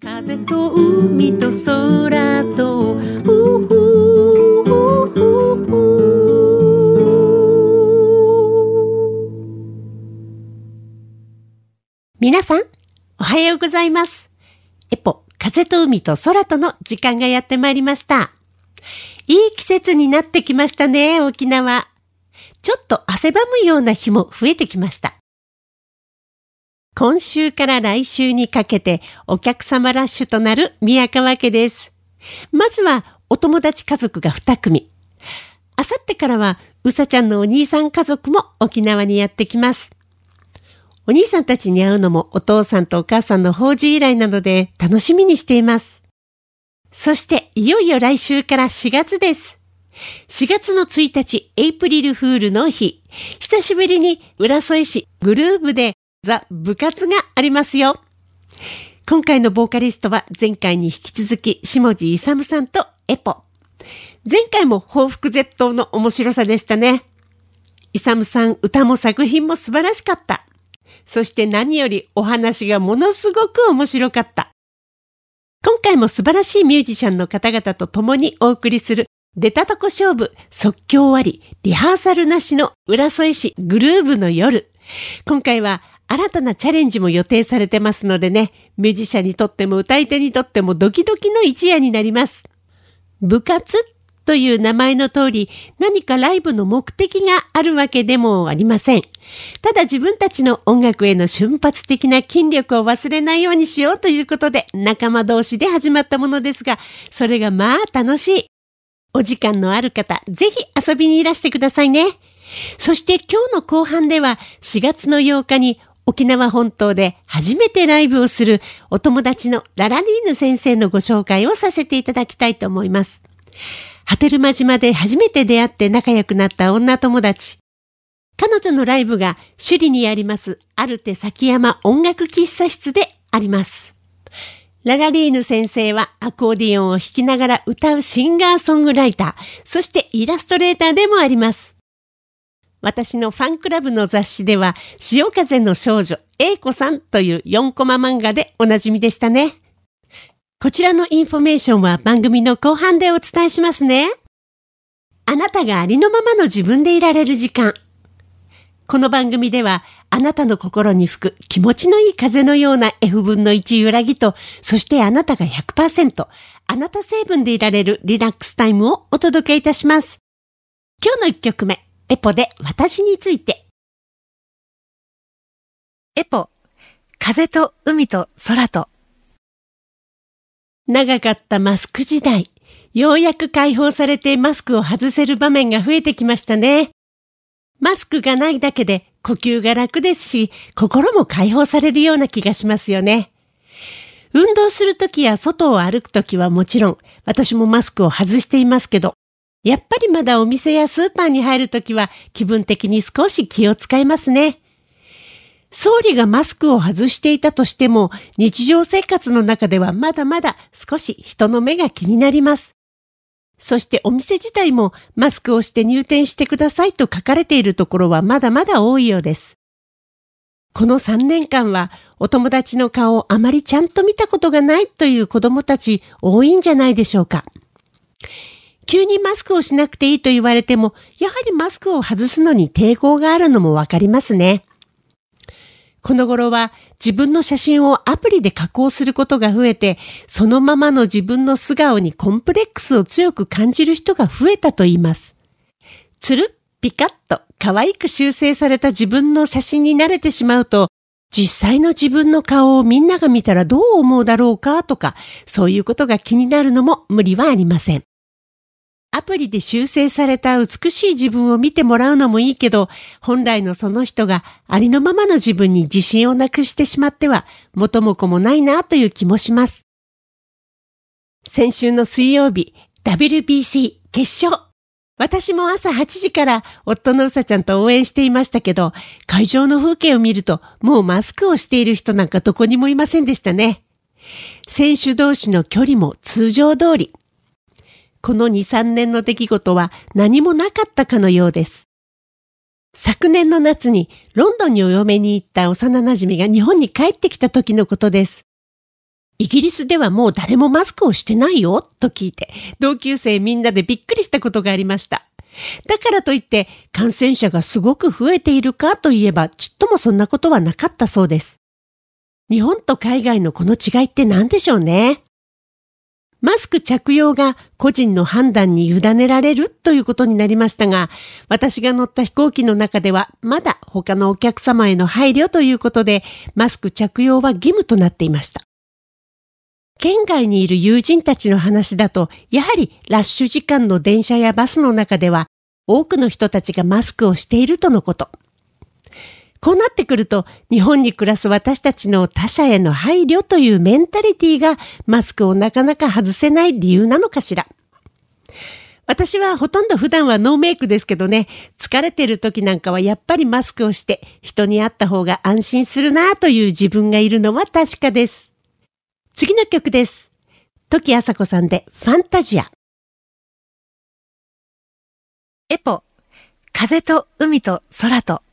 風と海と空と皆さんおはようございます。エポ風と海と空との時間がやってまいりました。いい季節になってきましたね、沖縄。ちょっと汗ばむような日も増えてきました。今週から来週にかけてお客様ラッシュとなる宮川家です。まずはお友達家族が2組。あさってからはうさちゃんのお兄さん家族も沖縄にやってきます。お兄さんたちに会うのもお父さんとお母さんの法事以来なので楽しみにしています。そしていよいよ来週から4月です。4月の1日、エイプリルフールの日。久しぶりに浦添市グルーブでザ・部活がありますよ。今回のボーカリストは前回に引き続き下地勇さんとエポ。前回も報復絶倒の面白さでしたね。勇さん歌も作品も素晴らしかった。そして何よりお話がものすごく面白かった。今回も素晴らしいミュージシャンの方々と共にお送りする出たとこ勝負即興ありリハーサルなしの浦添市グルーブの夜。今回は新たなチャレンジも予定されてますのでね、ミュージシャンにとっても歌い手にとってもドキドキの一夜になります。部活という名前の通り、何かライブの目的があるわけでもありません。ただ自分たちの音楽への瞬発的な筋力を忘れないようにしようということで仲間同士で始まったものですが、それがまあ楽しい。お時間のある方、ぜひ遊びにいらしてくださいね。そして今日の後半では4月の8日に沖縄本島で初めてライブをするお友達のララリーヌ先生のご紹介をさせていただきたいと思います。波照間島で初めて出会って仲良くなった女友達。彼女のライブが首里にありますアルテ崎山音楽喫茶室であります。ララリーヌ先生はアコーディオンを弾きながら歌うシンガーソングライター、そしてイラストレーターでもあります。私のファンクラブの雑誌では潮風の少女 A 子さんという4コマ漫画でおなじみでしたね。こちらのインフォメーションは番組の後半でお伝えしますね。あなたがありのままの自分でいられる時間。この番組ではあなたの心に吹く気持ちのいい風のような F 分の1揺らぎと、そしてあなたが 100% あなた成分でいられるリラックスタイムをお届けいたします。今日の1曲目、エポで私について。 エポ、風と海と空と。 長かったマスク時代、ようやく解放されてマスクを外せる場面が増えてきましたね。マスクがないだけで呼吸が楽ですし、心も解放されるような気がしますよね。運動するときや外を歩くときはもちろん、私もマスクを外していますけど、やっぱりまだお店やスーパーに入るときは気分的に少し気を使いますね。総理がマスクを外していたとしても、日常生活の中ではまだまだ少し人の目が気になります。そしてお店自体もマスクをして入店してくださいと書かれているところはまだまだ多いようです。この3年間はお友達の顔をあまりちゃんと見たことがないという子どもたち多いんじゃないでしょうか。急にマスクをしなくていいと言われても、やはりマスクを外すのに抵抗があるのもわかりますね。この頃は自分の写真をアプリで加工することが増えて、そのままの自分の素顔にコンプレックスを強く感じる人が増えたと言います。つるっピカッと可愛く修正された自分の写真に慣れてしまうと、実際の自分の顔をみんなが見たらどう思うだろうかとか、そういうことが気になるのも無理はありません。アプリで修正された美しい自分を見てもらうのもいいけど、本来のその人がありのままの自分に自信をなくしてしまっては元も子もないなという気もします。先週の水曜日、WBC 決勝。私も朝8時から夫のうさちゃんと応援していましたけど、会場の風景を見るともうマスクをしている人なんかどこにもいませんでしたね。選手同士の距離も通常通り。この2、3年の出来事は何もなかったかのようです。昨年の夏にロンドンにお嫁に行った幼馴染が日本に帰ってきた時のことです。 イギリスではもう誰もマスクをしてないよと聞いて、同級生みんなでびっくりしたことがありました。だからといって感染者がすごく増えているかといえばちっともそんなことはなかったそうです。日本と海外のこの違いって何でしょうね。マスク着用が個人の判断に委ねられるということになりましたが、私が乗った飛行機の中ではまだ他のお客様への配慮ということでマスク着用は義務となっていました。県外にいる友人たちの話だと、やはりラッシュ時間の電車やバスの中では多くの人たちがマスクをしているとのこと。こうなってくると、日本に暮らす私たちの他者への配慮というメンタリティがマスクをなかなか外せない理由なのかしら。私はほとんど普段はノーメイクですけどね、疲れてる時なんかはやっぱりマスクをして人に会った方が安心するなという自分がいるのは確かです。次の曲です。トキアサコさんでファンタジア。 エポ、風と海と空と。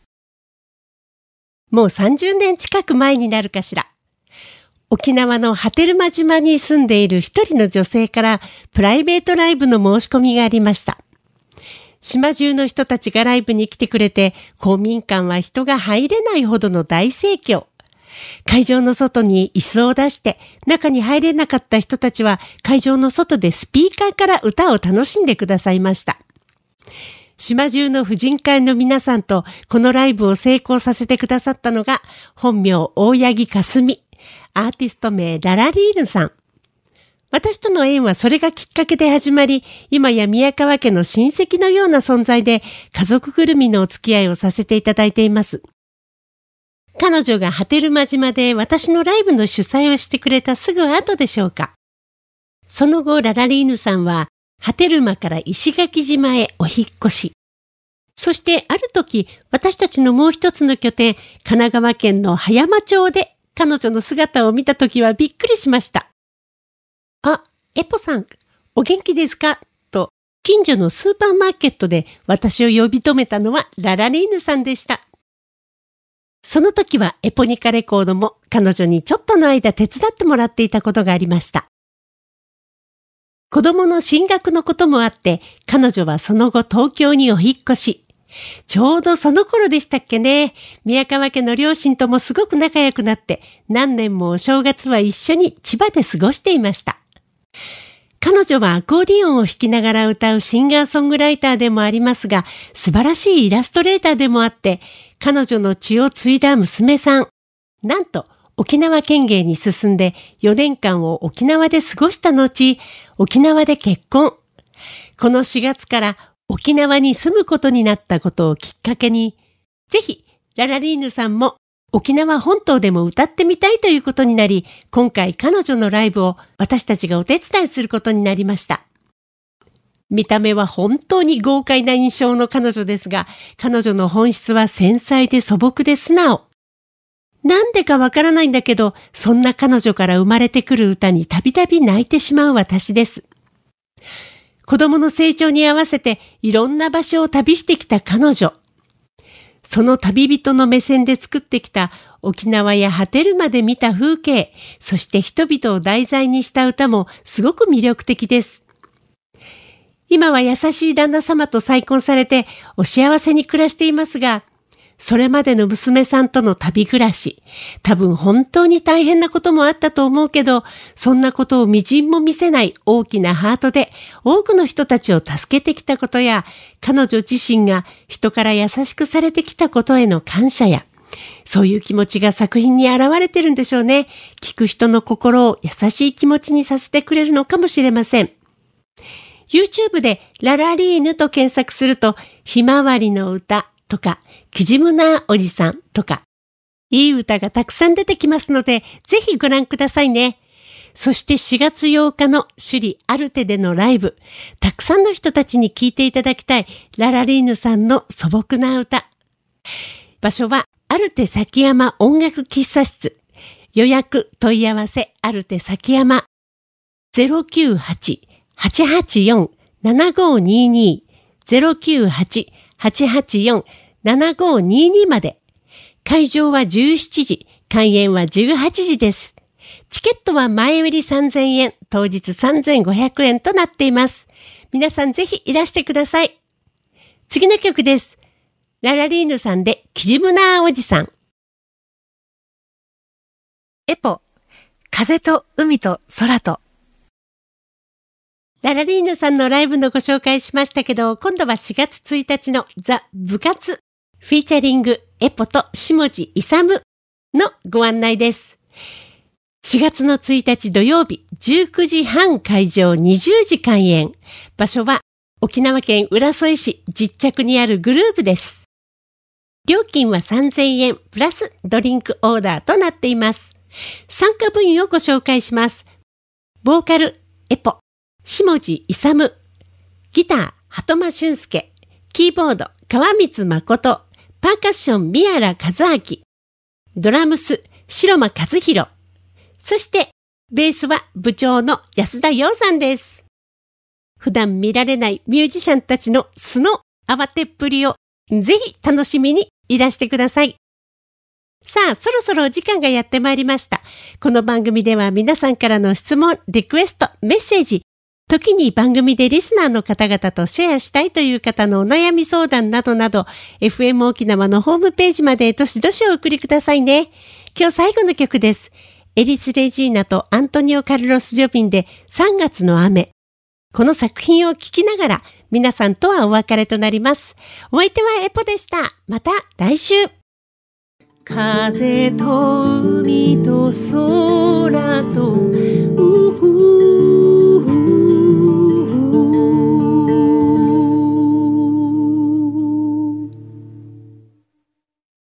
もう30年近く前になるかしら。沖縄の波照間島に住んでいる一人の女性からプライベートライブの申し込みがありました。島中の人たちがライブに来てくれて、公民館は人が入れないほどの大盛況。会場の外に椅子を出して、中に入れなかった人たちは会場の外でスピーカーから歌を楽しんでくださいました。島中の婦人会の皆さんとこのライブを成功させてくださったのが、本名大八木かすみ、アーティスト名ララリーヌさん。私との縁はそれがきっかけで始まり、今や宮川家の親戚のような存在で家族ぐるみのお付き合いをさせていただいています。彼女が波照間島で私のライブの主催をしてくれたすぐ後でしょうか。その後ララリーヌさんは波照間から石垣島へお引っ越し。そしてある時、私たちのもう一つの拠点、神奈川県の葉山町で彼女の姿を見た時はびっくりしました。あ、エポさん、お元気ですかと近所のスーパーマーケットで私を呼び止めたのはララリーヌさんでした。その時はエポニカレコードも彼女にちょっとの間手伝ってもらっていたことがありました。子供の進学のこともあって彼女はその後東京にお引っ越し。ちょうどその頃でしたっけね。宮川家の両親ともすごく仲良くなって何年もお正月は一緒に千葉で過ごしていました。彼女はアコーディオンを弾きながら歌うシンガーソングライターでもありますが、素晴らしいイラストレーターでもあって、彼女の血を継いだ娘さん。なんと沖縄県芸に進んで4年間を沖縄で過ごした後、沖縄で結婚。この4月から沖縄に住むことになったことをきっかけに、ぜひララリーヌさんも沖縄本島でも歌ってみたいということになり、今回彼女のライブを私たちがお手伝いすることになりました。見た目は本当に豪快な印象の彼女ですが、彼女の本質は繊細で素朴で素直。なんでかわからないんだけど、そんな彼女から生まれてくる歌にたびたび泣いてしまう私です。子供の成長に合わせていろんな場所を旅してきた彼女。その旅人の目線で作ってきた沖縄や波照間で見た風景、そして人々を題材にした歌もすごく魅力的です。今は優しい旦那様と再婚されてお幸せに暮らしていますが、それまでの娘さんとの旅暮らし、多分本当に大変なこともあったと思うけど、そんなことをみじんも見せない大きなハートで多くの人たちを助けてきたことや、彼女自身が人から優しくされてきたことへの感謝や、そういう気持ちが作品に現れてるんでしょうね。聞く人の心を優しい気持ちにさせてくれるのかもしれません。YouTube でララリーヌと検索すると、ひまわりの歌とか、キジムナーおじさんとか、いい歌がたくさん出てきますので、ぜひご覧くださいね。そして4月8日の首里アルテでのライブ、たくさんの人たちに聴いていただきたいララリーヌさんの素朴な歌。場所はアルテ崎山音楽喫茶室。予約問い合わせアルテ崎山 098-884-7522 098-884-7522まで。会場は17時、開演は18時です。 チケットは前売り3000円、当日3500円となっています。皆さんぜひいらしてください。次の曲です。ララリーヌさんでキジムナーおじさん。 エポ、風と海と空と。 ララリーヌさんのライブのご紹介しましたけど、今度は4月1日のザ・部活フィーチャリングエポと下地勇のご案内です。4月の1日土曜日19時半会場20時開演。場所は沖縄県浦添市実着にあるグループです。料金は3000円プラスドリンクオーダーとなっています。参加部員をご紹介します。ボーカルエポ下地勇、ギター鳩間俊介、キーボード川光誠、パーカッション宮原和明、ドラムス白間和弘、そしてベースは部長の安田洋さんです。普段見られないミュージシャンたちの素の慌てっぷりをぜひ楽しみにいらしてください。さあ、そろそろお時間がやってまいりました。この番組では皆さんからの質問、リクエスト、メッセージ、時に番組でリスナーの方々とシェアしたいという方のお悩み相談などなど、FM 沖縄のホームページまでどしどしお送りくださいね。今日最後の曲です。エリス・レジーナとアントニオ・カルロス・ジョビンで3月の雨。この作品を聴きながら皆さんとはお別れとなります。お相手はエポでした。また来週。風と海と空と